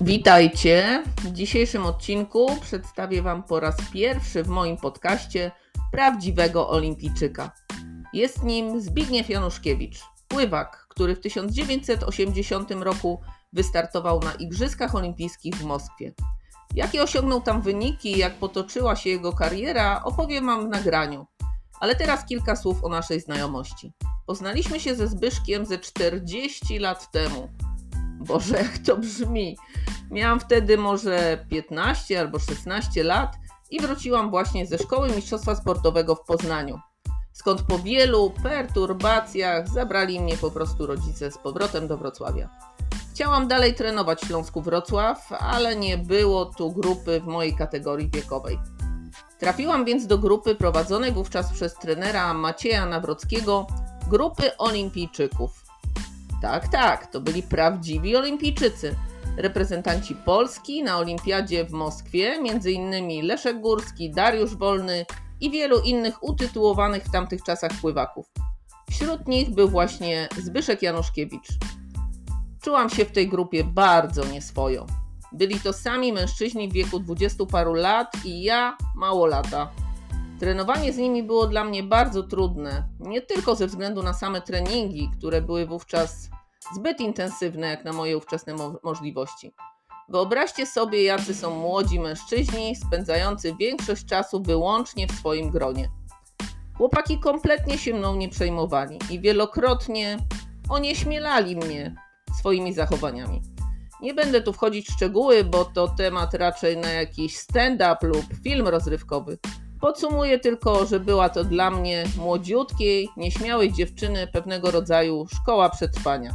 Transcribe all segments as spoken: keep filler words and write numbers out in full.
Witajcie! W dzisiejszym odcinku przedstawię Wam po raz pierwszy w moim podcaście prawdziwego olimpijczyka. Jest nim Zbigniew Januszkiewicz, pływak, który w tysiąc dziewięćset osiemdziesiątym roku wystartował na Igrzyskach Olimpijskich w Moskwie. Jakie osiągnął tam wyniki i jak potoczyła się jego kariera, opowiem Wam w nagraniu. Ale teraz kilka słów o naszej znajomości. Poznaliśmy się ze Zbyszkiem ze czterdzieści lat temu. Boże, jak to brzmi. Miałam wtedy może piętnaście albo szesnaście lat i wróciłam właśnie ze szkoły mistrzostwa sportowego w Poznaniu, skąd po wielu perturbacjach zabrali mnie po prostu rodzice z powrotem do Wrocławia. Chciałam dalej trenować w Śląsku Wrocław, ale nie było tu grupy w mojej kategorii wiekowej. Trafiłam więc do grupy prowadzonej wówczas przez trenera Macieja Nawrockiego, grupy olimpijczyków. Tak, tak, to byli prawdziwi olimpijczycy. Reprezentanci Polski na olimpiadzie w Moskwie, między innymi Leszek Górski, Dariusz Wolny i wielu innych utytułowanych w tamtych czasach pływaków. Wśród nich był właśnie Zbyszek Januszkiewicz. Czułam się w tej grupie bardzo nieswojo. Byli to sami mężczyźni w wieku dwudziestu paru lat i ja mało lata. Trenowanie z nimi było dla mnie bardzo trudne, nie tylko ze względu na same treningi, które były wówczas zbyt intensywne jak na moje ówczesne mo- możliwości. Wyobraźcie sobie, jacy są młodzi mężczyźni spędzający większość czasu wyłącznie w swoim gronie. Chłopaki kompletnie się mną nie przejmowali i wielokrotnie onieśmielali mnie swoimi zachowaniami. Nie będę tu wchodzić w szczegóły, bo to temat raczej na jakiś stand-up lub film rozrywkowy. Podsumuję tylko, że była to dla mnie młodziutkiej, nieśmiałej dziewczyny pewnego rodzaju szkoła przetrwania.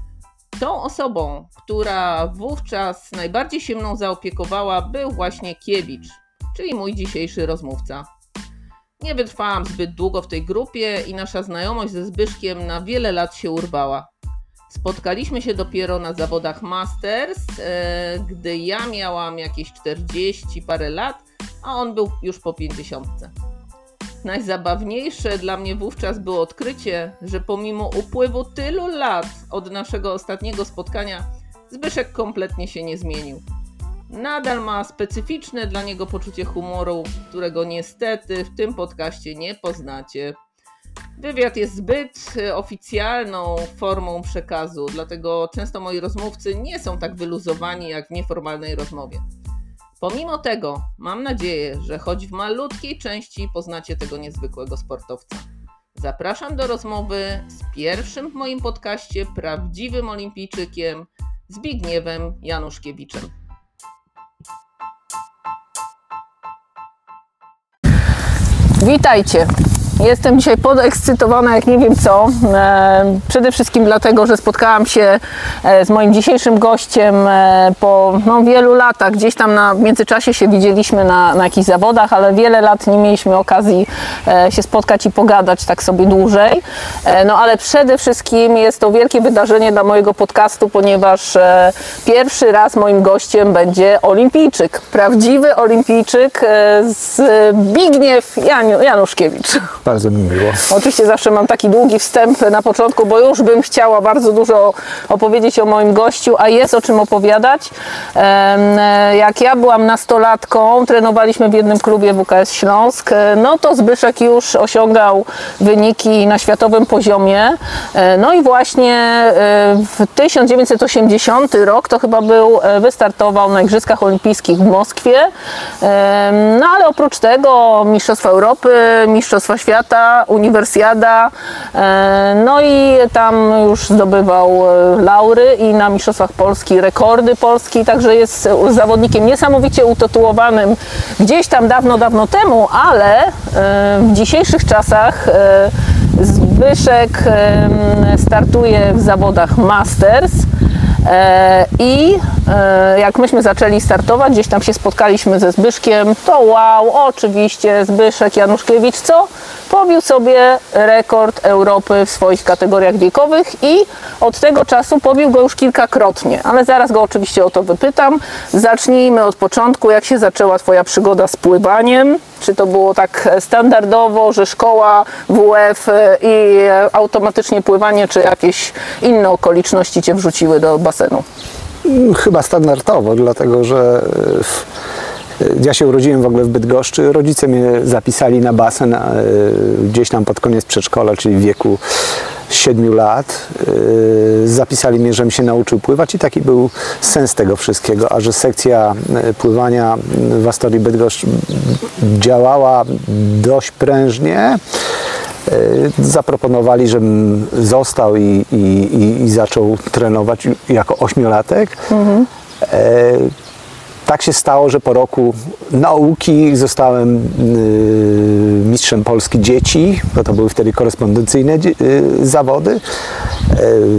Tą osobą, która wówczas najbardziej się mną zaopiekowała, był właśnie Kiewicz, czyli mój dzisiejszy rozmówca. Nie wytrwałam zbyt długo w tej grupie i nasza znajomość ze Zbyszkiem na wiele lat się urwała. Spotkaliśmy się dopiero na zawodach Masters, e, gdy ja miałam jakieś czterdzieści parę lat, a on był już po pięćdziesiątce. Najzabawniejsze dla mnie wówczas było odkrycie, że pomimo upływu tylu lat od naszego ostatniego spotkania, Zbyszek kompletnie się nie zmienił. Nadal ma specyficzne dla niego poczucie humoru, którego niestety w tym podcaście nie poznacie. Wywiad jest zbyt oficjalną formą przekazu, dlatego często moi rozmówcy nie są tak wyluzowani jak w nieformalnej rozmowie. Pomimo tego mam nadzieję, że choć w malutkiej części poznacie tego niezwykłego sportowca. Zapraszam do rozmowy z pierwszym w moim podcaście prawdziwym olimpijczykiem, Zbigniewem Januszkiewiczem. Witajcie! Jestem dzisiaj podekscytowana jak nie wiem co. E, przede wszystkim dlatego, że spotkałam się z moim dzisiejszym gościem e, po no, wielu latach. Gdzieś tam na, w międzyczasie się widzieliśmy na, na jakichś zawodach, ale wiele lat nie mieliśmy okazji e, się spotkać i pogadać tak sobie dłużej. E, no ale przede wszystkim jest to wielkie wydarzenie dla mojego podcastu, ponieważ e, pierwszy raz moim gościem będzie olimpijczyk. Prawdziwy olimpijczyk e, Zbigniew Janu, Januszkiewicz. Bardzo mi miło. Oczywiście zawsze mam taki długi wstęp na początku, bo już bym chciała bardzo dużo opowiedzieć o moim gościu, a jest o czym opowiadać. Jak ja byłam nastolatką, trenowaliśmy w jednym klubie W K S Śląsk, no to Zbyszek już osiągał wyniki na światowym poziomie. No i właśnie w tysiąc dziewięćset osiemdziesiątym rok to chyba był, wystartował na Igrzyskach Olimpijskich w Moskwie. No ale oprócz tego Mistrzostwa Europy, Mistrzostwa Świata, Uniwersjada, no i tam już zdobywał laury i na Mistrzostwach Polski rekordy Polski, także jest zawodnikiem niesamowicie utytułowanym gdzieś tam dawno, dawno temu, ale w dzisiejszych czasach Zbyszek startuje w zawodach Masters. I jak myśmy zaczęli startować, gdzieś tam się spotkaliśmy ze Zbyszkiem, to wow, oczywiście Zbyszek Januszkiewicz, co? Pobił sobie rekord Europy w swoich kategoriach wiekowych i od tego czasu pobił go już kilkakrotnie, ale zaraz go oczywiście o to wypytam. Zacznijmy od początku, jak się zaczęła Twoja przygoda z pływaniem? Czy to było tak standardowo, że szkoła, W F i automatycznie pływanie, czy jakieś inne okoliczności Cię wrzuciły do basenu? Chyba standardowo, dlatego że w, ja się urodziłem w ogóle w Bydgoszczy. Rodzice mnie zapisali na basen gdzieś tam pod koniec przedszkola, czyli w wieku siedmiu lat. Zapisali mnie, żebym się nauczył pływać i taki był sens tego wszystkiego. A że sekcja pływania w Astorii Bydgoszcz działała dość prężnie, zaproponowali, żebym został i, i, i zaczął trenować jako ośmiolatek. Mhm. E, tak się stało, że po roku nauki zostałem y, mistrzem Polski dzieci, bo to były wtedy korespondencyjne y, zawody. Y,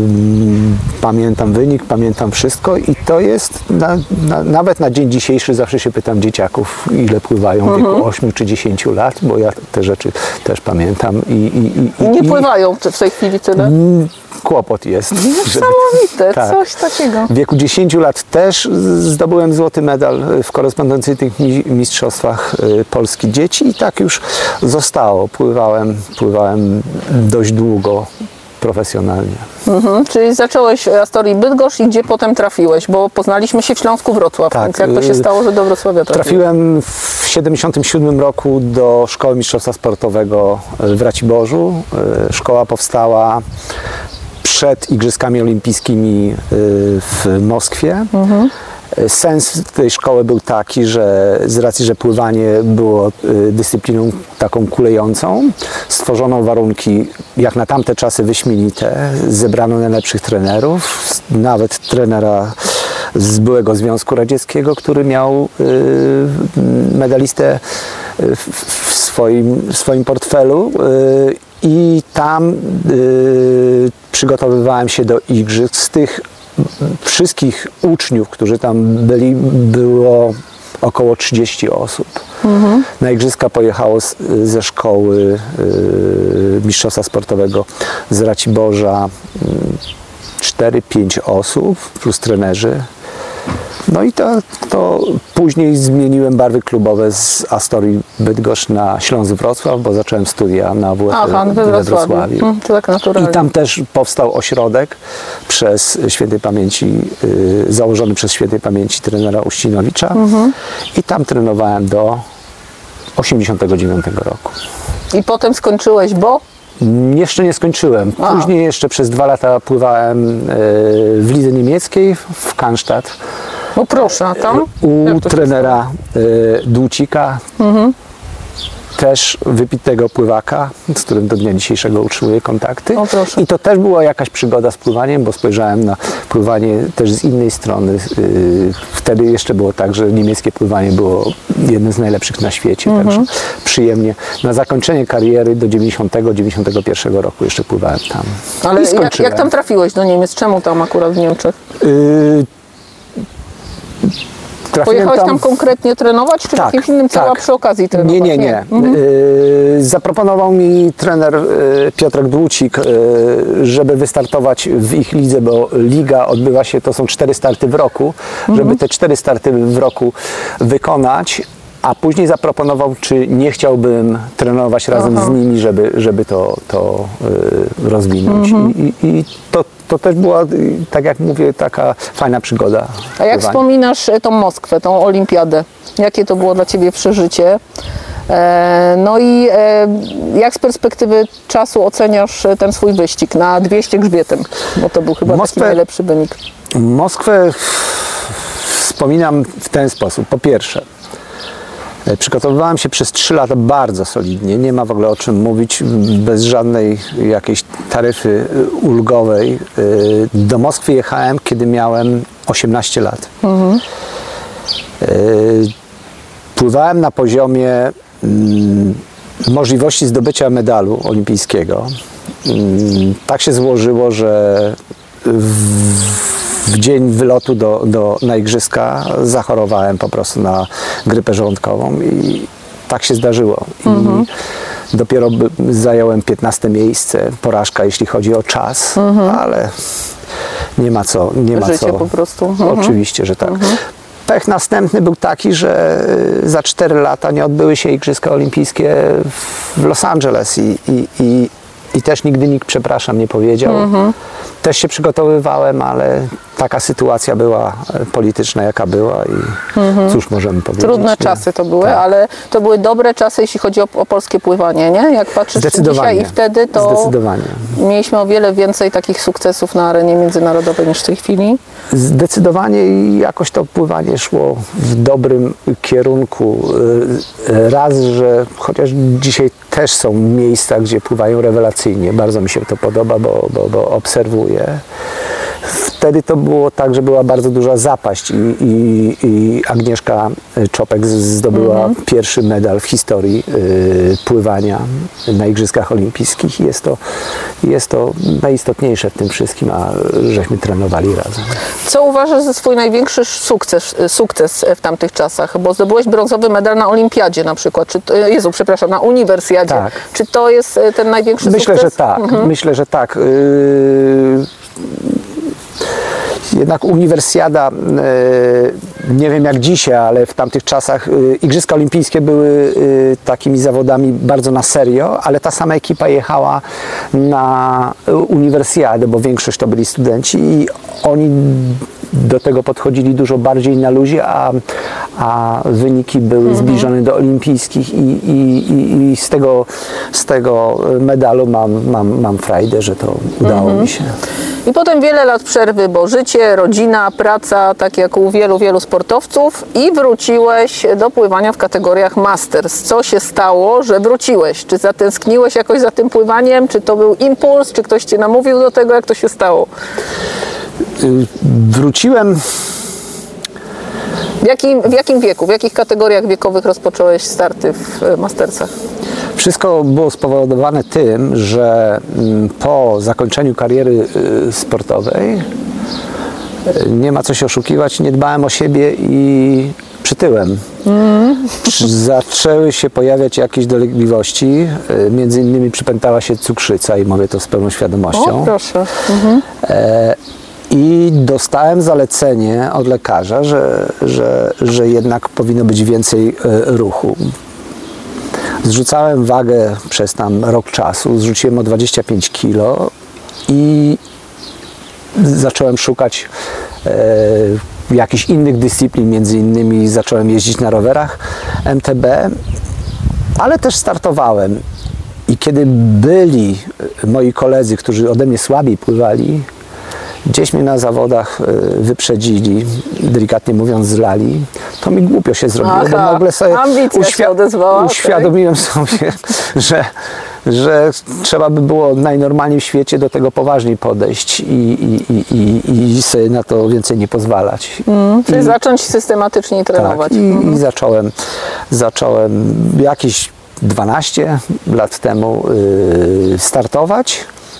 pamiętam wynik, pamiętam wszystko i to jest, na, na, nawet na dzień dzisiejszy zawsze się pytam dzieciaków, ile pływają w wieku ośmiu czy dziesięciu lat, bo ja te rzeczy też pamiętam. I, i, i, Nie i, pływają w tej chwili tyle? Kłopot jest. Niesamowite, tak. Coś takiego. W wieku dziesięciu lat też zdobyłem złoty medal w korespondencyjnych mistrzostwach Polski dzieci i tak już zostało. Pływałem, pływałem dość długo profesjonalnie. Mhm, czyli zacząłeś Astorii Bydgoszcz i gdzie potem trafiłeś? Bo poznaliśmy się w Śląsku Wrocław, tak, więc jak to się stało, że do Wrocławia trafiłeś? Trafiłem w siedemdziesiątym siódmym roku do Szkoły Mistrzostwa Sportowego w Raciborzu. Szkoła powstała przed Igrzyskami Olimpijskimi w Moskwie. Mhm. Sens tej szkoły był taki, że z racji, że pływanie było dyscypliną taką kulejącą, stworzono warunki jak na tamte czasy wyśmienite, zebrano najlepszych trenerów, nawet trenera z byłego Związku Radzieckiego, który miał medalistę w swoim, w swoim portfelu. I tam y, przygotowywałem się do igrzysk. Z tych wszystkich uczniów, którzy tam byli, było około trzydzieści osób. Mhm. Na igrzyska pojechało z, ze szkoły y, mistrzostwa sportowego z Raciborza cztery pięć osób, plus trenerzy. No i to, to później zmieniłem barwy klubowe z Astorii Bydgoszcz na Śląsk Wrocław, bo zacząłem studia na W F Aha, we we Wrocławiu. Wrocławiu. Hmm, to tak naturalnie. I tam też powstał ośrodek przez świętej pamięci, y, założony przez świętej pamięci trenera Uścinowicza. Mhm. I tam trenowałem do osiemdziesiątego dziewiątego roku. I potem skończyłeś, bo? Jeszcze nie skończyłem. Później A. jeszcze przez dwa lata pływałem y, w lidze niemieckiej w Cannstatt. No proszę, a tam? U trenera y, Dłucika, mhm. też wypitego pływaka, z którym do dnia dzisiejszego utrzymuję kontakty. O, proszę. I to też była jakaś przygoda z pływaniem, bo spojrzałem na pływanie też z innej strony. Y, wtedy jeszcze było tak, że niemieckie pływanie było jednym z najlepszych na świecie, mhm. także przyjemnie. Na zakończenie kariery do dziewięćdziesiątego dziewięćdziesiątego pierwszego roku jeszcze pływałem tam. Ale jak, jak tam trafiłeś do Niemiec? Czemu tam akurat w Niemczech? Y Pojechałeś tam, tam konkretnie trenować, czy tak, w jakimś innym celu, tak. przy okazji trenować? Nie, nie, nie. nie. Mhm. Yy, zaproponował mi trener yy, Piotrek Dłucik, yy, żeby wystartować w ich lidze, bo liga odbywa się, to są cztery starty w roku, mhm. żeby te cztery starty w roku wykonać. A później zaproponował, czy nie chciałbym trenować razem Aha. z nimi, żeby, żeby to, to yy, rozwinąć. Mhm. I, i, i to, to też była, tak jak mówię, taka fajna przygoda. A jak wspominasz tą Moskwę, tą olimpiadę? Jakie to było dla Ciebie przeżycie? E, no i e, jak z perspektywy czasu oceniasz ten swój wyścig na dwieście grzbietem? Bo to był chyba Moskwę, taki najlepszy wynik. Moskwę wspominam w ten sposób. Po pierwsze, przygotowywałem się przez trzy lata bardzo solidnie, nie ma w ogóle o czym mówić, bez żadnej jakiejś taryfy ulgowej. Do Moskwy jechałem, kiedy miałem osiemnaście lat. Mhm. Pływałem na poziomie możliwości zdobycia medalu olimpijskiego. Tak się złożyło, że w W dzień wylotu do, do, na igrzyska zachorowałem po prostu na grypę żołądkową i tak się zdarzyło. Mhm. I dopiero zająłem piętnaste miejsce, porażka jeśli chodzi o czas, mhm. ale nie ma co. Nie ma Życie co. po prostu. Mhm. Oczywiście, że tak. Mhm. Pech następny był taki, że za cztery lata nie odbyły się igrzyska olimpijskie w Los Angeles i, i, i, i też nigdy nikt, przepraszam, nie powiedział. Mhm. też się przygotowywałem, ale taka sytuacja była polityczna, jaka była i mhm. cóż możemy powiedzieć. Trudne nie? czasy to były, tak. ale to były dobre czasy, jeśli chodzi o, o polskie pływanie, nie? Jak patrzysz dzisiaj i wtedy, to Zdecydowanie. mieliśmy o wiele więcej takich sukcesów na arenie międzynarodowej niż w tej chwili. Zdecydowanie i jakoś to pływanie szło w dobrym kierunku. Raz, że chociaż dzisiaj też są miejsca, gdzie pływają rewelacyjnie. Bardzo mi się to podoba, bo, bo, bo obserwuję. Wtedy to było tak, że była bardzo duża zapaść i, i, i Agnieszka Czopek zdobyła mm-hmm. pierwszy medal w historii y, pływania na Igrzyskach Olimpijskich i jest to, jest to najistotniejsze w tym wszystkim, a żeśmy trenowali razem. Co uważasz za swój największy sukces, sukces w tamtych czasach? Bo zdobyłeś brązowy medal na olimpiadzie na przykład, czy to, Jezu, przepraszam, na uniwersjadzie. Tak. Czy to jest ten największy Myślę, sukces? Że tak. Mhm. Myślę, że tak. Yy... Jednak uniwersjada, nie wiem jak dzisiaj, ale w tamtych czasach Igrzyska Olimpijskie były takimi zawodami bardzo na serio, ale ta sama ekipa jechała na uniwersjadę, bo większość to byli studenci i oni do tego podchodzili dużo bardziej na luzie, a, a wyniki były mhm. zbliżone do olimpijskich i, i, i, i z, tego, z tego medalu mam, mam, mam frajdę, że to udało mhm. mi się. I potem wiele lat przerwy, bo życie, rodzina, praca, tak jak u wielu, wielu sportowców i wróciłeś do pływania w kategoriach Masters. Co się stało, że wróciłeś? Czy zatęskniłeś jakoś za tym pływaniem? Czy to był impuls? Czy ktoś cię namówił do tego? Jak to się stało? Wróciłem. W jakim, w jakim wieku, w jakich kategoriach wiekowych rozpocząłeś starty w Mastersach? Wszystko było spowodowane tym, że po zakończeniu kariery sportowej, nie ma co się oszukiwać, nie dbałem o siebie i przytyłem. Mm. Zaczęły się pojawiać jakieś dolegliwości, między innymi przypętała się cukrzyca i mówię to z pełną świadomością. O, proszę. Mhm. E I dostałem zalecenie od lekarza, że, że, że jednak powinno być więcej ruchu. Zrzucałem wagę przez tam rok czasu, zrzuciłem o dwadzieścia pięć kilo i zacząłem szukać e, jakichś innych dyscyplin, między innymi zacząłem jeździć na rowerach M T B, ale też startowałem. I kiedy byli moi koledzy, którzy ode mnie słabiej pływali, gdzieś mnie na zawodach wyprzedzili, delikatnie mówiąc zlali, to mi głupio się zrobiło, Aha, bo nagle sobie uświ odezwała, uświadomiłem okay. sobie, że, że trzeba by było najnormalniej w świecie do tego poważniej podejść i, i, i, i, i sobie na to więcej nie pozwalać. Mm, czyli I, zacząć systematycznie trenować. Tak, i, mm. i zacząłem, zacząłem jakieś dwanaście lat temu yy, startować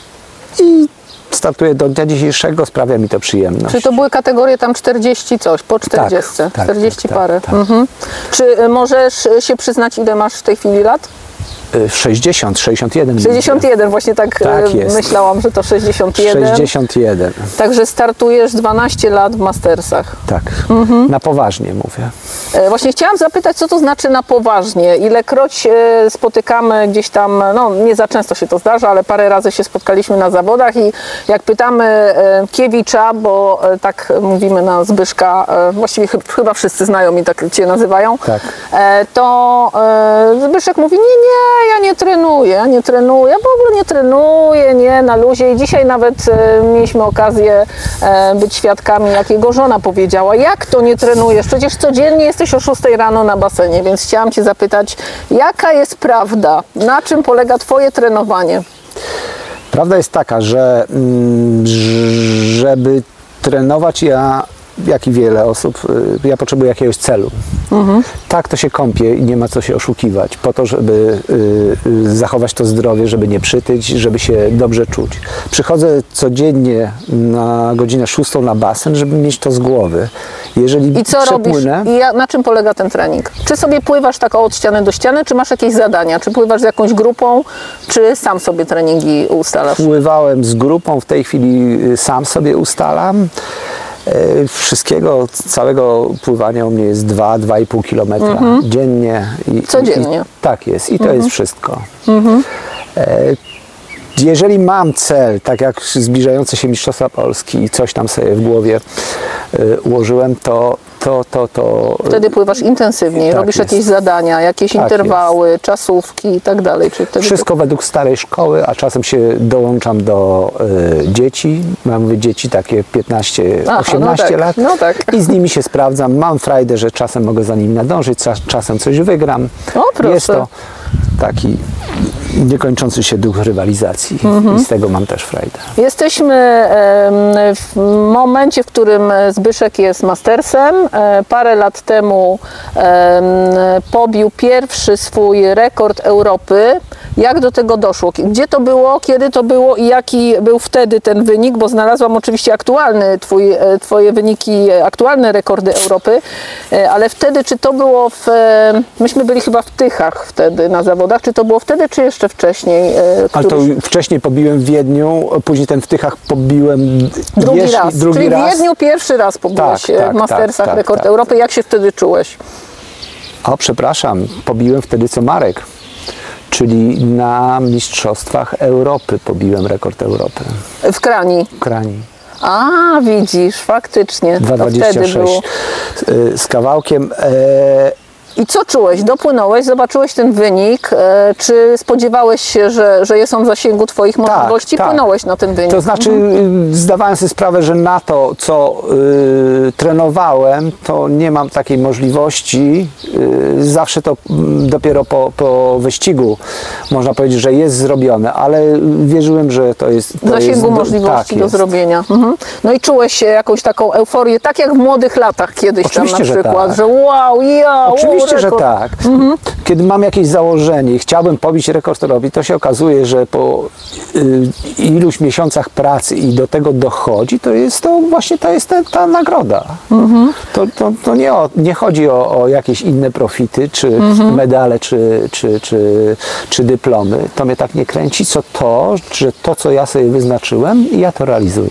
i startuję do dnia dzisiejszego, sprawia mi to przyjemność. Czy to były kategorie tam czterdzieści coś, po czterdziestce? Tak, tak, czterdzieści tak, parę. tak, tak. Mhm. Czy możesz się przyznać, ile masz w tej chwili lat? sześćdziesiąt, sześćdziesiąt jeden. sześćdziesiąt jeden, właśnie tak, tak myślałam, że to sześćdziesiąt jeden. sześćdziesiąt jeden. Także startujesz dwanaście lat w Mastersach. Tak, mhm. na poważnie mówię. Właśnie chciałam zapytać, co to znaczy na poważnie? Ilekroć spotykamy gdzieś tam, no nie za często się to zdarza, ale parę razy się spotkaliśmy na zawodach i jak pytamy Kiewicza, bo tak mówimy na Zbyszka, właściwie chyba wszyscy znają i tak cię nazywają, tak. to Zbyszek mówi, nie, nie, ja nie trenuję, ja nie trenuję, w ogóle nie trenuję, nie, na luzie. I dzisiaj nawet e, mieliśmy okazję e, być świadkami, jak jego żona powiedziała, jak to nie trenujesz? Przecież codziennie jesteś o szóstej rano na basenie, więc chciałam cię zapytać, jaka jest prawda? Na czym polega twoje trenowanie? Prawda jest taka, że mm, żeby trenować, ja jak i wiele osób, ja potrzebuję jakiegoś celu. Mhm. Tak to się kąpie i nie ma co się oszukiwać, po to, żeby y, zachować to zdrowie, żeby nie przytyć, żeby się dobrze czuć. Przychodzę codziennie na godzinę szóstą na basen, żeby mieć to z głowy. Jeżeli I co przepłynę, robisz? I ja, na czym polega ten trening? Czy sobie pływasz tak od ściany do ściany, czy masz jakieś zadania? Czy pływasz z jakąś grupą, czy sam sobie treningi ustalasz? Pływałem z grupą, w tej chwili sam sobie ustalam. Wszystkiego, całego pływania u mnie jest dwa, dwa i pół kilometra mhm. dziennie. I, Codziennie? I, tak jest i to mhm. jest wszystko. Mhm. E, jeżeli mam cel, tak jak zbliżające się Mistrzostwa Polski i coś tam sobie w głowie y, ułożyłem, to, to, to, to... Wtedy pływasz intensywniej, tak robisz jest. jakieś zadania, jakieś Tak interwały, jest. czasówki i tak dalej. Czyli wtedy Wszystko według starej szkoły, a czasem się dołączam do y, dzieci. Mam mówię dzieci takie piętnaście osiemnaście no tak, lat no tak. i z nimi się sprawdzam. Mam frajdę, że czasem mogę za nimi nadążyć, czasem coś wygram. O, proszę. Jest to taki niekończący się duch rywalizacji Mhm. i z tego mam też frajdę. Jesteśmy w momencie, w którym Zbyszek jest mastersem. Parę lat temu pobił pierwszy swój rekord Europy. Jak do tego doszło? Gdzie to było? Kiedy to było? I jaki był wtedy ten wynik? Bo znalazłam oczywiście aktualny twój, twoje wyniki, aktualne rekordy Europy, ale wtedy, czy to było w... Myśmy byli chyba w Tychach wtedy na zawodach. Czy to było wtedy, czy jeszcze wcześniej? Ale to wcześniej pobiłem w Wiedniu, później ten w Tychach pobiłem drugi jeszcze, raz. drugi Czyli raz. w Wiedniu pierwszy raz pobiłeś Tak, tak, w Mastersach tak, rekord tak, Europy. Jak się wtedy czułeś? O, przepraszam, pobiłem wtedy co Marek, czyli na Mistrzostwach Europy pobiłem rekord Europy. W Krani. W Krani. A, widzisz, faktycznie. dwa To dwadzieścia wtedy sześć było. y, z kawałkiem. E, I co czułeś? Dopłynąłeś, zobaczyłeś ten wynik. E, czy spodziewałeś się, że, że jest on w zasięgu twoich możliwości? tak. Płynąłeś na ten wynik. To znaczy y, zdawałem sobie sprawę, że na to, co y, trenowałem, to nie mam takiej możliwości. Y, zawsze to y, dopiero po, po wyścigu można powiedzieć, że jest zrobione, ale wierzyłem, że to jest... To W zasięgu jest do, możliwości tak do jest. zrobienia. Mhm. No i czułeś się jakąś taką euforię, tak jak w młodych latach kiedyś Oczywiście, tam na że przykład, tak. że wow, ja, Oczywiście, że rekord. tak. Kiedy mam jakieś założenie i chciałbym pobić rekord Europy, to się okazuje, że po y, iluś miesiącach pracy i do tego dochodzi, to jest to właśnie to jest ta, ta nagroda. To, to, to nie, o, nie chodzi o, o jakieś inne profity, czy medale, czy, czy, czy, czy dyplomy. To mnie tak nie kręci, co to, że to, co ja sobie wyznaczyłem, ja to realizuję.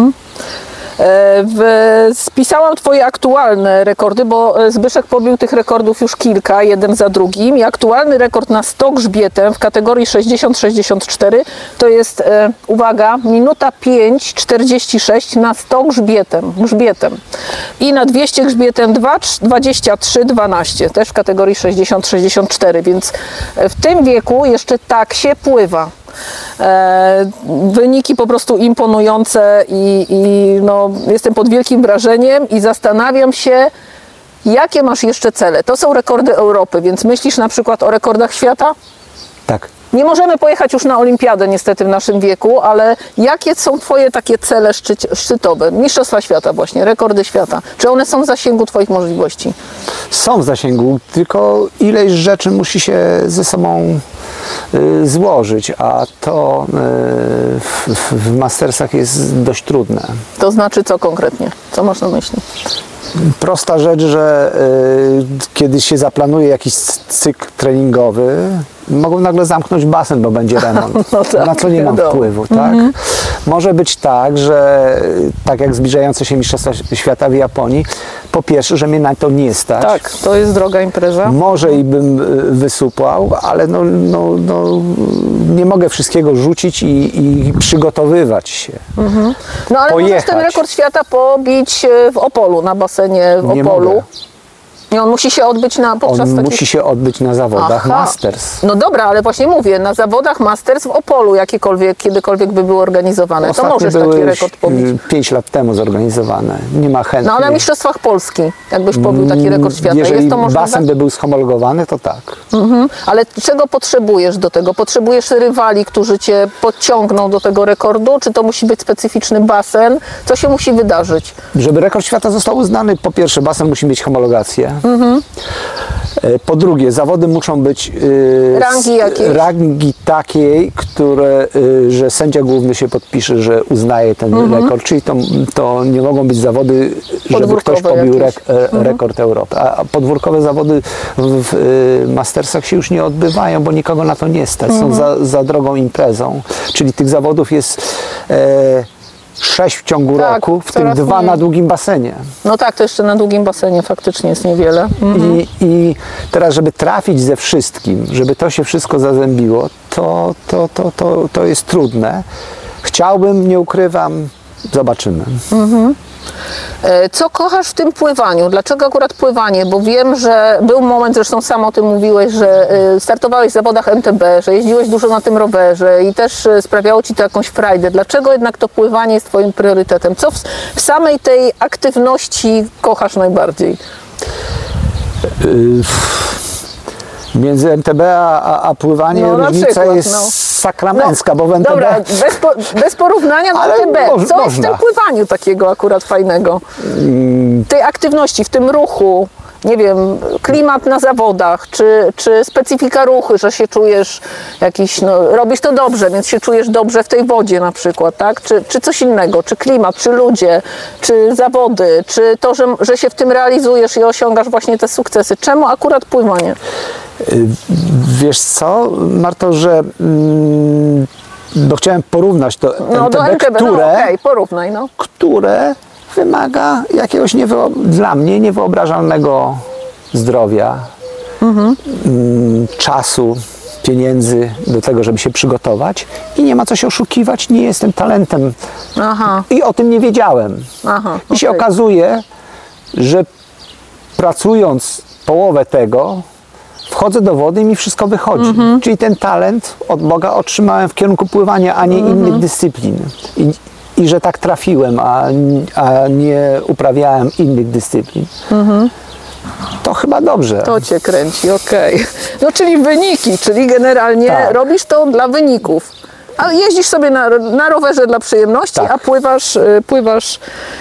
W, spisałam twoje aktualne rekordy, bo Zbyszek pobił tych rekordów już kilka, jeden za drugim. I aktualny rekord na sto grzbietem w kategorii sześćdziesiąt sześćdziesiąt cztery to jest, e, uwaga, minuta pięć czterdzieści sześć na sto grzbietem, grzbietem. I na dwieście grzbietem dwadzieścia trzy dwanaście, też w kategorii sześćdziesiąt sześćdziesiąt cztery, więc w tym wieku jeszcze tak się pływa. E, wyniki po prostu imponujące i, i no, jestem pod wielkim wrażeniem i zastanawiam się, jakie masz jeszcze cele. To są rekordy Europy, więc myślisz na przykład o rekordach świata? Tak. Nie możemy pojechać już na olimpiadę niestety w naszym wieku, ale jakie są twoje takie cele szczyt, szczytowe? Mistrzostwa świata właśnie, rekordy świata. Czy one są w zasięgu twoich możliwości? Są w zasięgu, tylko ileś rzeczy musi się ze sobą y, złożyć, a to y, w, w Mastersach jest dość trudne. To znaczy co konkretnie? Co masz na myśli? Prosta rzecz, że y, kiedy się zaplanuje jakiś cykl treningowy, mogą nagle zamknąć basen, bo będzie remont, No tak, na co nie mam wiadomo. wpływu. Tak? Może być tak, że y, tak jak zbliżające się Mistrzostwa Świata w Japonii, po pierwsze, że mnie na to nie stać. Tak, to jest droga impreza. Może i bym y, wysupłał, ale no, no, no, nie mogę wszystkiego rzucić i, i przygotowywać się. No ale możesz Pojechać. ten rekord świata pobić e, w Opolu, na basenie w Nie Opolu. mogę. I on musi się odbyć na, podczas On takich... musi się odbyć na zawodach Aha. Masters. No dobra, ale właśnie mówię, na zawodach Masters w Opolu, jakiekolwiek, kiedykolwiek by były organizowane, to Ostatnio możesz były taki rekord pobić. y, pięć lat temu zorganizowane. Nie ma chętnych. No ale na Mistrzostwach Polski, jakbyś pobił taki rekord świata, Jeżeli jest to możliwe? basen by był schomologowany, to tak. Mhm. Ale czego potrzebujesz do tego? Potrzebujesz rywali, którzy cię podciągną do tego rekordu? Czy to musi być specyficzny basen? Co się musi wydarzyć? Żeby rekord świata został uznany, po pierwsze basen musi mieć homologację. Mhm. E, Po drugie, zawody muszą być y, Rangi s- jakiej? rangi takiej, które, y, że sędzia główny się podpisze, że uznaje ten Mhm. rekord, czyli to, to nie mogą być zawody, żeby Podwórkowe ktoś pobił jakieś. rek, e, rekord Europy. A a podwórkowe zawody w, w y, Mastersach się już nie odbywają, bo nikogo na to nie stać. Mhm. Są za, za drogą imprezą, czyli tych zawodów jest e, sześć w ciągu Tak, roku, w tym coraz dwa mniej. na długim basenie. No tak, to jeszcze na długim basenie faktycznie jest niewiele. Mhm. I, I teraz, żeby trafić ze wszystkim, żeby to się wszystko zazębiło, to, to, to, to, to jest trudne. Chciałbym, nie ukrywam, zobaczymy. E, Co kochasz w tym pływaniu? Dlaczego akurat pływanie? Bo wiem, że był moment, zresztą sam o tym mówiłeś, że e, startowałeś w zawodach M T B, że jeździłeś dużo na tym rowerze i też e, sprawiało Ci to jakąś frajdę. Dlaczego jednak to pływanie jest Twoim priorytetem? Co w, w samej tej aktywności kochasz najbardziej? Yy, Między M T B a, a, a pływanie No, na różnica przykład, jest no. sakramencka, bo w M T B... Dobra, bez, po, bez porównania do Ale M T B. moż- Co jest można. w tym pływaniu takiego akurat fajnego? Tej aktywności, w tym ruchu, nie wiem, klimat na zawodach, czy, czy specyfika ruchu, że się czujesz jakiś, no, robisz to dobrze, więc się czujesz dobrze w tej wodzie na przykład, tak? Czy, czy coś innego, czy klimat, czy ludzie, czy zawody, czy to, że, że się w tym realizujesz i osiągasz właśnie te sukcesy. Czemu akurat pływanie? Wiesz co, Marto, że... Mm, bo chciałem porównać to No M T B, do M T B, które... no okej, porównaj, no. które wymaga jakiegoś niewyo- dla mnie niewyobrażalnego zdrowia, mhm. mm, czasu, pieniędzy do tego, żeby się przygotować i nie ma co się oszukiwać, nie jestem talentem. Aha. I o tym nie wiedziałem. Aha, I się okej. okazuje, że pracując połowę tego, wchodzę do wody i mi wszystko wychodzi. Mhm. Czyli ten talent od Boga otrzymałem w kierunku pływania, a nie Mhm. innych dyscyplin. I, I że tak trafiłem, a, a nie uprawiałem innych dyscyplin. To chyba dobrze. To Cię kręci, okej. No czyli wyniki, czyli generalnie Tak. robisz to dla wyników. A jeździsz sobie na, na rowerze dla przyjemności, Tak. a pływasz, y, pływasz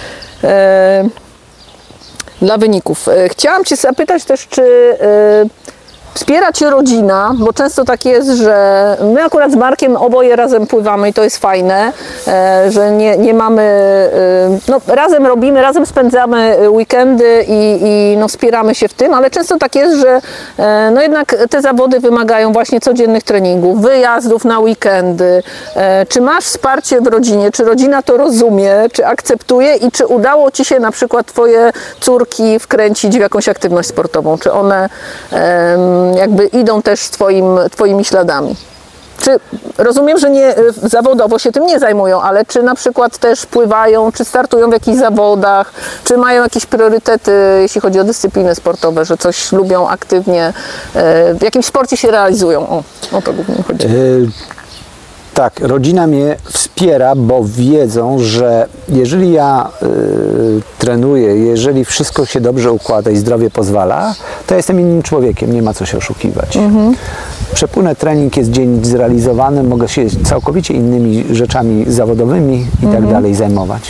e, dla wyników. E, Chciałam Cię zapytać też, czy e, wspiera Cię rodzina, bo często tak jest, że my akurat z Markiem oboje razem pływamy i to jest fajne, e, że nie, nie mamy, e, no razem robimy, razem spędzamy weekendy i, i no wspieramy się w tym, ale często tak jest, że e, no jednak te zawody wymagają właśnie codziennych treningów, wyjazdów na weekendy. E, Czy masz wsparcie w rodzinie? Czy rodzina to rozumie? Czy akceptuje? I czy udało Ci się na przykład Twoje córki wkręcić w jakąś aktywność sportową? Czy one em, jakby idą też twoim, Twoimi śladami? Czy rozumiem, że nie zawodowo się tym nie zajmują, ale czy na przykład też pływają, czy startują w jakichś zawodach, czy mają jakieś priorytety, jeśli chodzi o dyscypliny sportowe, że coś lubią aktywnie, e, w jakimś sporcie się realizują? O, o to głównie chodzi. Y, tak, rodzina mnie wspiera, bo wiedzą, że jeżeli ja y, trenuję, jeżeli wszystko się dobrze układa i zdrowie pozwala, to jestem innym człowiekiem, nie ma co się oszukiwać. Mhm. Przepłynę trening, jest dzień zrealizowany, mogę się całkowicie innymi rzeczami zawodowymi i tak dalej zajmować.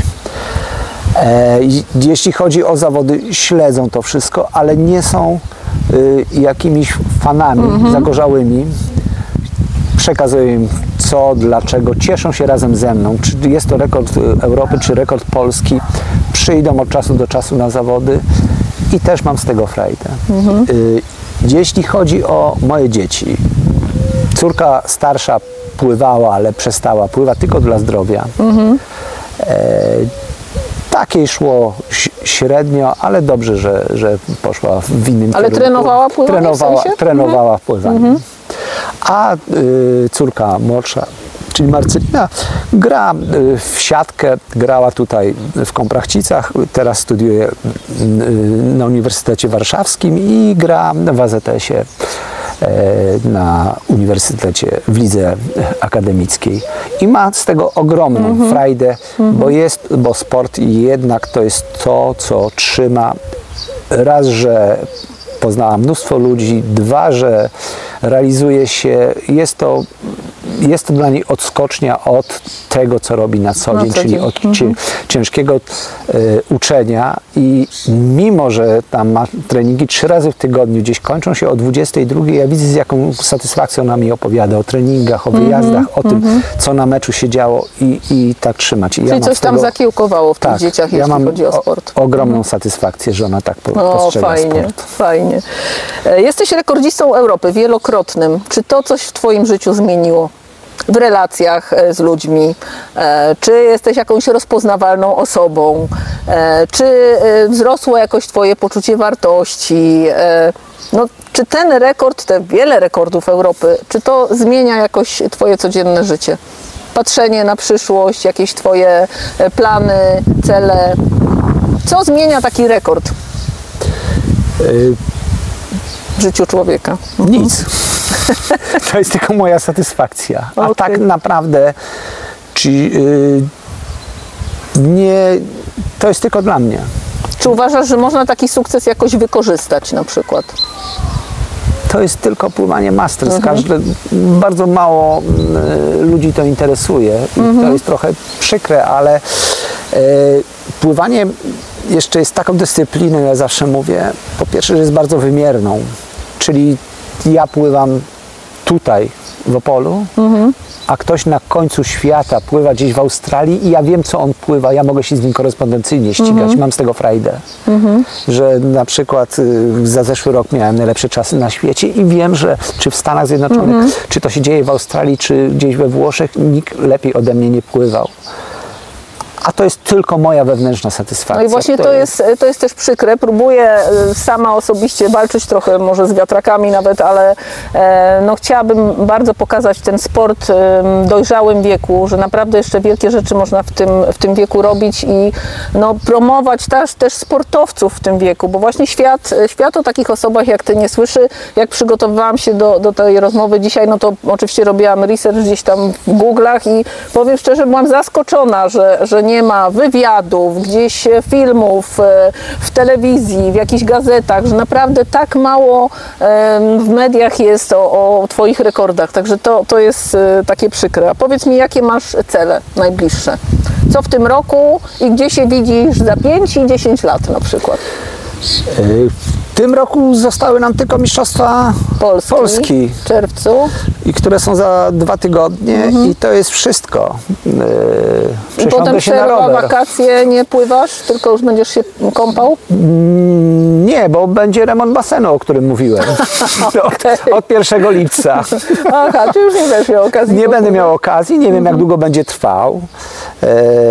E, jeśli chodzi o zawody, śledzą to wszystko, ale nie są y, jakimiś fanami mhm. zagorzałymi. Przekazuję im co, dlaczego, cieszą się razem ze mną, czy jest to rekord Europy, czy rekord Polski, przyjdą od czasu do czasu na zawody i też mam z tego frajdę. Mhm. Y, jeśli chodzi o moje dzieci, córka starsza pływała, ale przestała, pływa tylko dla zdrowia. Mhm. E, takiej szło średnio, ale dobrze, że, że poszła w innym Ale kierunku. trenowała pływanie Trenowała, w sensie? trenowała pływanie. Mhm. A y, córka młodsza, czyli Marcelina, gra y, w siatkę, grała tutaj w Komprachcicach, teraz studiuje y, na Uniwersytecie Warszawskim i gra w A Z S-ie y, na Uniwersytecie w lidze akademickiej. I ma z tego ogromną mhm. frajdę, mhm. bo jest, bo sport jednak to jest to, co trzyma. Raz, że poznała mnóstwo ludzi, dwa, że realizuje się, jest to, jest to dla niej odskocznia od tego, co robi na co dzień, czyli od mhm. ciężkiego y, uczenia i mimo, że tam ma treningi trzy razy w tygodniu, gdzieś kończą się o dwudziestej drugiej, ja widzę, z jaką satysfakcją ona mi opowiada o treningach, o wyjazdach, mm-hmm, o tym, mm-hmm. co na meczu się działo i, i tak trzymać. I Czyli ja coś tam tego, zakiełkowało w tych tak, dzieciach, ja jeśli mam chodzi o sport. O, ogromną mm. satysfakcję, że ona tak po, o, postrzega fajnie, sport. Fajnie. Jesteś rekordzistą Europy, wielokrotnym. Czy to coś w Twoim życiu zmieniło? w relacjach z ludźmi, czy jesteś jakąś rozpoznawalną osobą, czy wzrosło jakoś twoje poczucie wartości. No, czy ten rekord, te wiele rekordów Europy, czy to zmienia jakoś twoje codzienne życie? Patrzenie na przyszłość, jakieś twoje plany, cele. Co zmienia taki rekord w życiu człowieka? Nic. To jest tylko moja satysfakcja. A Okay. tak naprawdę czy, yy, nie, to jest tylko dla mnie. Czy uważasz, że można taki sukces jakoś wykorzystać na przykład? To jest tylko pływanie masters. Mhm. Każdy, bardzo mało y, ludzi to interesuje. Mhm. To jest trochę przykre, ale y, pływanie jeszcze jest taką dyscypliną, ja zawsze mówię, po pierwsze, że jest bardzo wymierną. Czyli ja pływam tutaj w Opolu, mhm. a ktoś na końcu świata pływa gdzieś w Australii i ja wiem, co on pływa, ja mogę się z nim korespondencyjnie ścigać, mhm. mam z tego frajdę. Mhm. Że na przykład y, za zeszły rok miałem najlepsze czasy na świecie i wiem, że czy w Stanach Zjednoczonych, mhm. czy to się dzieje w Australii, czy gdzieś we Włoszech, nikt lepiej ode mnie nie pływał. A to jest tylko moja wewnętrzna satysfakcja. No i właśnie to jest, to jest też przykre. Próbuję sama osobiście walczyć trochę może z wiatrakami nawet, ale no, chciałabym bardzo pokazać ten sport w dojrzałym wieku, że naprawdę jeszcze wielkie rzeczy można w tym, w tym wieku robić i no, promować też, też sportowców w tym wieku, bo właśnie świat, świat o takich osobach jak ty nie słyszy. Jak przygotowywałam się do, do tej rozmowy dzisiaj, no to oczywiście robiłam research gdzieś tam w Google'ach i powiem szczerze, byłam zaskoczona, że, że nie ma wywiadów, gdzieś filmów w telewizji, w jakichś gazetach, że naprawdę tak mało w mediach jest o, o twoich rekordach, także to, to jest takie przykre. A powiedz mi, jakie masz cele najbliższe? Co w tym roku i gdzie się widzisz za pięć i dziesięć lat na przykład? W tym roku zostały nam tylko Mistrzostwa Polski, Polski w czerwcu. I które są za dwa tygodnie mhm. i to jest wszystko. Yy, I potem się na przerwa, rower. wakacje, nie pływasz, tylko już będziesz się kąpał? Mm, nie, bo będzie remont basenu, o którym mówiłem. Okay. od, od pierwszego lipca. Aha, czy już nie będziesz miał okazji? Nie będę miał okazji, nie wiem mhm. jak długo będzie trwał. E,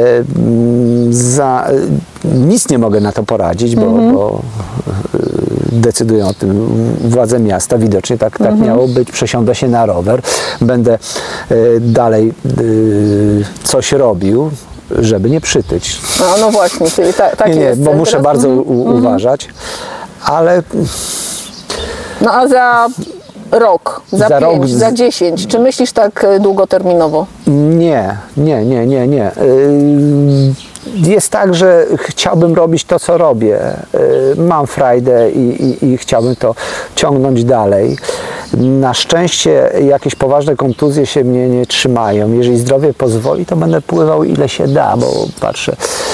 za, nic nie mogę na to poradzić, bo, mhm. bo decydują o tym władze miasta. Widocznie tak, tak mhm. miało być. Przesiądę się na rower. Będę y, dalej y, coś robił, żeby nie przytyć. No, no właśnie, czyli ta, tak nie, nie, jest. bo muszę teraz? bardzo mhm. u, uważać. Ale... No a za rok, za, za pięć, rok, za dziesięć, czy myślisz tak długoterminowo? Nie, nie, nie, nie, nie. Yy, jest tak, że chciałbym robić to, co robię. Yy, mam frajdę i, i, i chciałbym to ciągnąć dalej. Na szczęście jakieś poważne kontuzje się mnie nie trzymają. Jeżeli zdrowie pozwoli, to będę pływał ile się da, bo patrzę.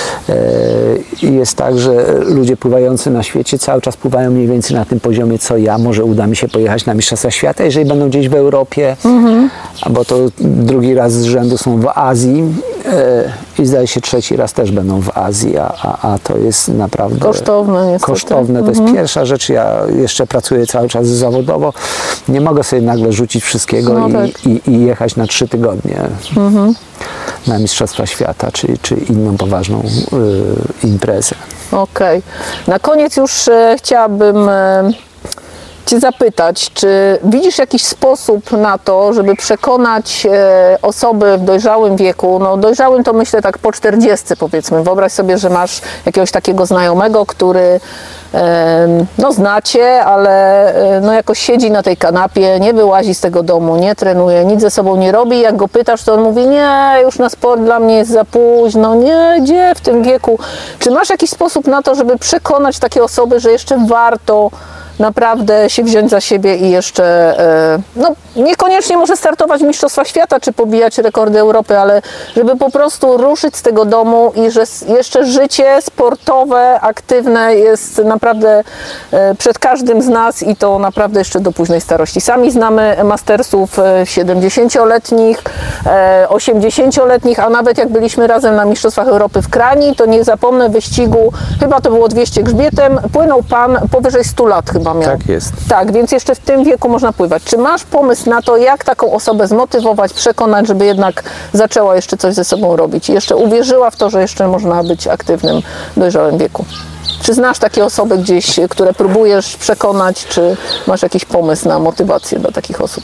Yy, jest tak, że ludzie pływający na świecie cały czas pływają mniej więcej na tym poziomie, co ja. Może uda mi się pojechać na Mistrzostwa Świata, jeżeli będą gdzieś w Europie, mm-hmm. bo to drugi raz z rzędu są w Azji yy, i zdaje się trzeci raz też będą w Azji, a, a, a to jest naprawdę kosztowne. Niestety. Kosztowne. To mm-hmm. jest pierwsza rzecz. Ja jeszcze pracuję cały czas zawodowo. Nie mogę sobie nagle rzucić wszystkiego no i, tak. i, i jechać na trzy tygodnie mm-hmm. na Mistrzostwa Świata, czy, czy inną poważną y, imprezę. Okej. Okay. Na koniec już e, chciałabym e, Cię zapytać, czy widzisz jakiś sposób na to, żeby przekonać e, osoby w dojrzałym wieku, no dojrzałym to myślę tak po czterdziestce powiedzmy, wyobraź sobie, że masz jakiegoś takiego znajomego, który e, no znacie, ale e, no jakoś siedzi na tej kanapie, nie wyłazi z tego domu, nie trenuje, nic ze sobą nie robi, jak go pytasz, to on mówi, nie, już na sport dla mnie jest za późno, nie, gdzie w tym wieku. Czy masz jakiś sposób na to, żeby przekonać takie osoby, że jeszcze warto naprawdę się wziąć za siebie i jeszcze, no niekoniecznie może startować w Mistrzostwach Świata, czy pobijać rekordy Europy, ale żeby po prostu ruszyć z tego domu i że jeszcze życie sportowe, aktywne jest naprawdę przed każdym z nas i to naprawdę jeszcze do późnej starości. Sami znamy mastersów siedemdziesięcioletnich, osiemdziesięcioletnich, a nawet jak byliśmy razem na Mistrzostwach Europy w Krani, to nie zapomnę wyścigu, chyba to było dwieście grzbietem, płynął pan powyżej stu lat chyba. chyba miał. Tak jest. Tak, więc jeszcze w tym wieku można pływać. Czy masz pomysł na to, jak taką osobę zmotywować, przekonać, żeby jednak zaczęła jeszcze coś ze sobą robić i jeszcze uwierzyła w to, że jeszcze można być aktywnym w dojrzałym wieku? Czy znasz takie osoby gdzieś, które próbujesz przekonać, czy masz jakiś pomysł na motywację dla takich osób?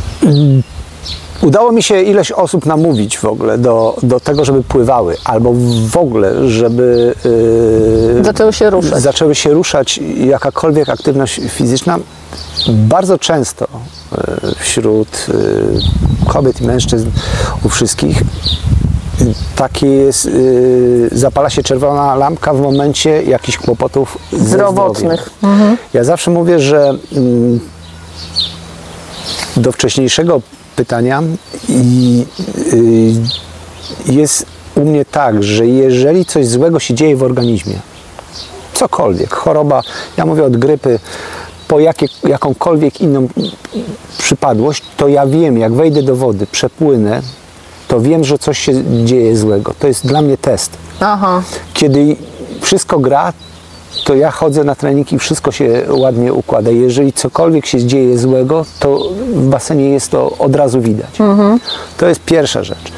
Udało mi się ileś osób namówić w ogóle do, do tego, żeby pływały, albo w ogóle, żeby yy, Zaczęły się ruszać. zaczęły się ruszać jakakolwiek aktywność fizyczna. Bardzo często yy, wśród yy, kobiet i mężczyzn, u wszystkich, yy, takie jest, yy, zapala się czerwona lampka w momencie jakichś kłopotów Zdrowotnych. Mhm. Ja zawsze mówię, że yy, do wcześniejszego pytania i y, jest u mnie tak, że jeżeli coś złego się dzieje w organizmie, cokolwiek, choroba, ja mówię od grypy, po jakie, jakąkolwiek inną przypadłość, to ja wiem, jak wejdę do wody, przepłynę, to wiem, że coś się dzieje złego. To jest dla mnie test. Aha. Kiedy wszystko gra, to ja chodzę na trening i wszystko się ładnie układa. Jeżeli cokolwiek się dzieje złego, to w basenie jest to od razu widać. Mhm. To jest pierwsza rzecz.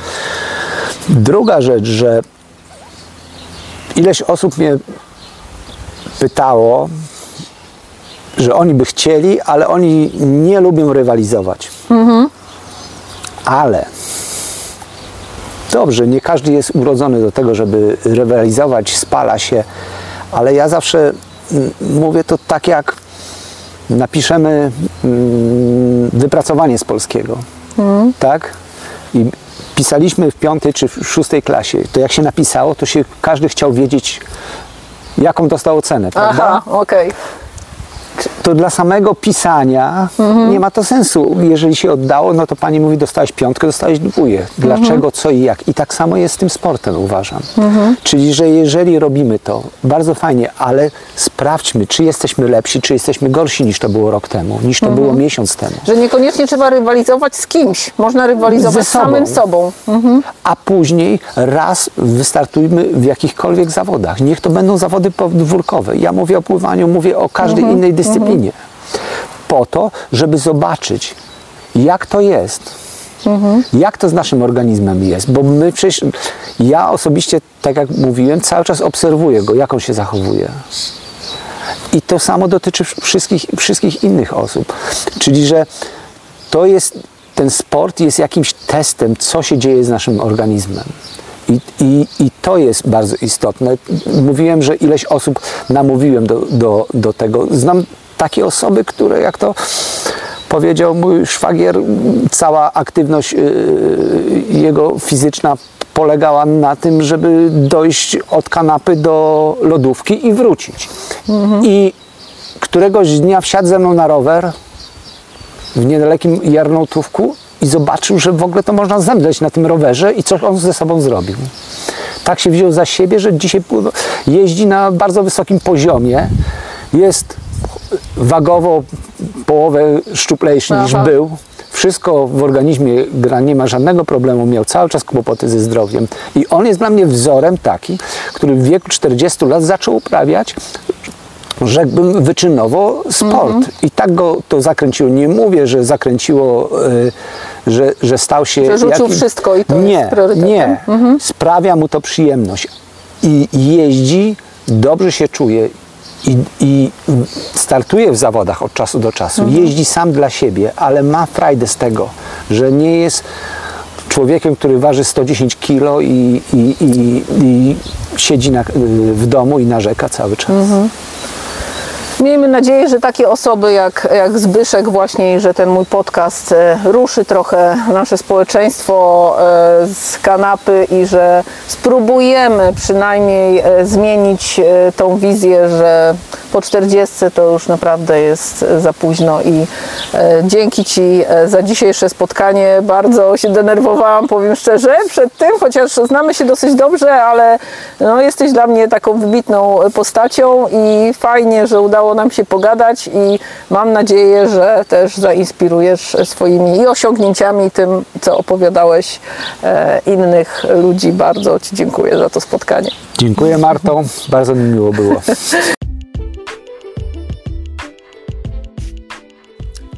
Druga rzecz, że ileś osób mnie pytało, że oni by chcieli, ale oni nie lubią rywalizować. Mhm. Ale dobrze, nie każdy jest urodzony do tego, żeby rywalizować, spala się, ale ja zawsze mówię to tak, jak napiszemy wypracowanie z polskiego, mm. tak? I pisaliśmy w piątej czy w szóstej klasie, to jak się napisało, to się każdy chciał wiedzieć, jaką dostał ocenę, prawda? Aha, okej. Okay. To dla samego pisania mhm. nie ma to sensu. Jeżeli się oddało, no to pani mówi, dostałeś piątkę, dostałeś dwóje. Dlaczego, mhm. co i jak. I tak samo jest z tym sportem, uważam. Mhm. Czyli, że jeżeli robimy to, bardzo fajnie, ale sprawdźmy, czy jesteśmy lepsi, czy jesteśmy gorsi niż to było rok temu, niż to mhm. było miesiąc temu. Że niekoniecznie trzeba rywalizować z kimś. Można rywalizować z samym sobą. Mhm. A później raz wystartujmy w jakichkolwiek zawodach. Niech to będą zawody podwórkowe. Ja mówię o pływaniu, mówię o każdej mhm. innej dyscyplinie. Po to, żeby zobaczyć, jak to jest. Mhm. Jak to z naszym organizmem jest. Bo my przecież, ja osobiście, tak jak mówiłem, cały czas obserwuję go, jak on się zachowuje. I to samo dotyczy wszystkich, wszystkich innych osób. Czyli, że to jest, ten sport jest jakimś testem, co się dzieje z naszym organizmem. I, i, I to jest bardzo istotne. Mówiłem, że ileś osób namówiłem do, do, do tego. Znam takie osoby, które, jak to powiedział mój szwagier, cała aktywność yy, jego fizyczna polegała na tym, żeby dojść od kanapy do lodówki i wrócić. Mhm. I któregoś dnia wsiadł ze mną na rower w niedalekim Jarnołtówku i zobaczył, że w ogóle to można zemdleć na tym rowerze i co on ze sobą zrobił. Tak się wziął za siebie, że dzisiaj jeździ na bardzo wysokim poziomie, jest wagowo połowę szczuplejszy Aha. niż był. Wszystko w organizmie gra, nie ma żadnego problemu, miał cały czas kłopoty ze zdrowiem. I on jest dla mnie wzorem taki, który w wieku czterdziestu lat zaczął uprawiać, rzekłbym, wyczynowo sport. Mm-hmm. I tak go to zakręciło. Nie mówię, że zakręciło, y, że, że stał się... Że rzucił jakim... wszystko i to nie, jest priorytetem. Nie, mm-hmm. Sprawia mu to przyjemność. I jeździ, dobrze się czuje i, i startuje w zawodach od czasu do czasu. Mm-hmm. Jeździ sam dla siebie, ale ma frajdę z tego, że nie jest człowiekiem, który waży sto dziesięć kilo i, i, i, i siedzi na, w domu i narzeka cały czas. Mm-hmm. Miejmy nadzieję, że takie osoby jak, jak Zbyszek właśnie, że ten mój podcast ruszy trochę nasze społeczeństwo z kanapy i że spróbujemy przynajmniej zmienić tą wizję, że po czterdziestce to już naprawdę jest za późno i dzięki Ci za dzisiejsze spotkanie. Bardzo się denerwowałam, powiem szczerze, przed tym, chociaż znamy się dosyć dobrze, ale no, jesteś dla mnie taką wybitną postacią i fajnie, że udało nam się pogadać i mam nadzieję, że też zainspirujesz swoimi i osiągnięciami i tym, co opowiadałeś e, innych ludzi. Bardzo Ci dziękuję za to spotkanie. Dziękuję, Marto, bardzo mi miło było.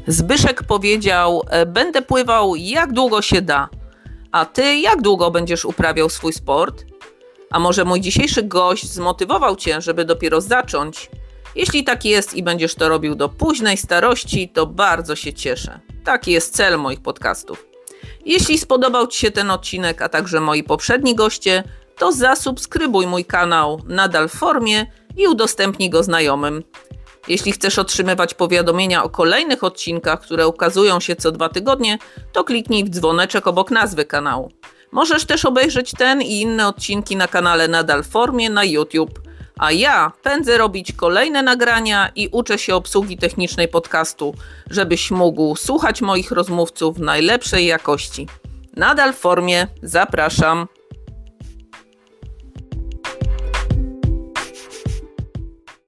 Zbyszek powiedział, będę pływał jak długo się da. A ty jak długo będziesz uprawiał swój sport? A może mój dzisiejszy gość zmotywował cię, żeby dopiero zacząć? Jeśli tak jest i będziesz to robił do późnej starości, to bardzo się cieszę. Taki jest cel moich podcastów. Jeśli spodobał ci się ten odcinek, a także moi poprzedni goście, to zasubskrybuj mój kanał Nadal w Formie i udostępnij go znajomym. Jeśli chcesz otrzymywać powiadomienia o kolejnych odcinkach, które ukazują się co dwa tygodnie, to kliknij w dzwoneczek obok nazwy kanału. Możesz też obejrzeć ten i inne odcinki na kanale Nadal w Formie na YouTube. A ja pędzę robić kolejne nagrania i uczę się obsługi technicznej podcastu, żebyś mógł słuchać moich rozmówców w najlepszej jakości. Nadal w Formie, zapraszam.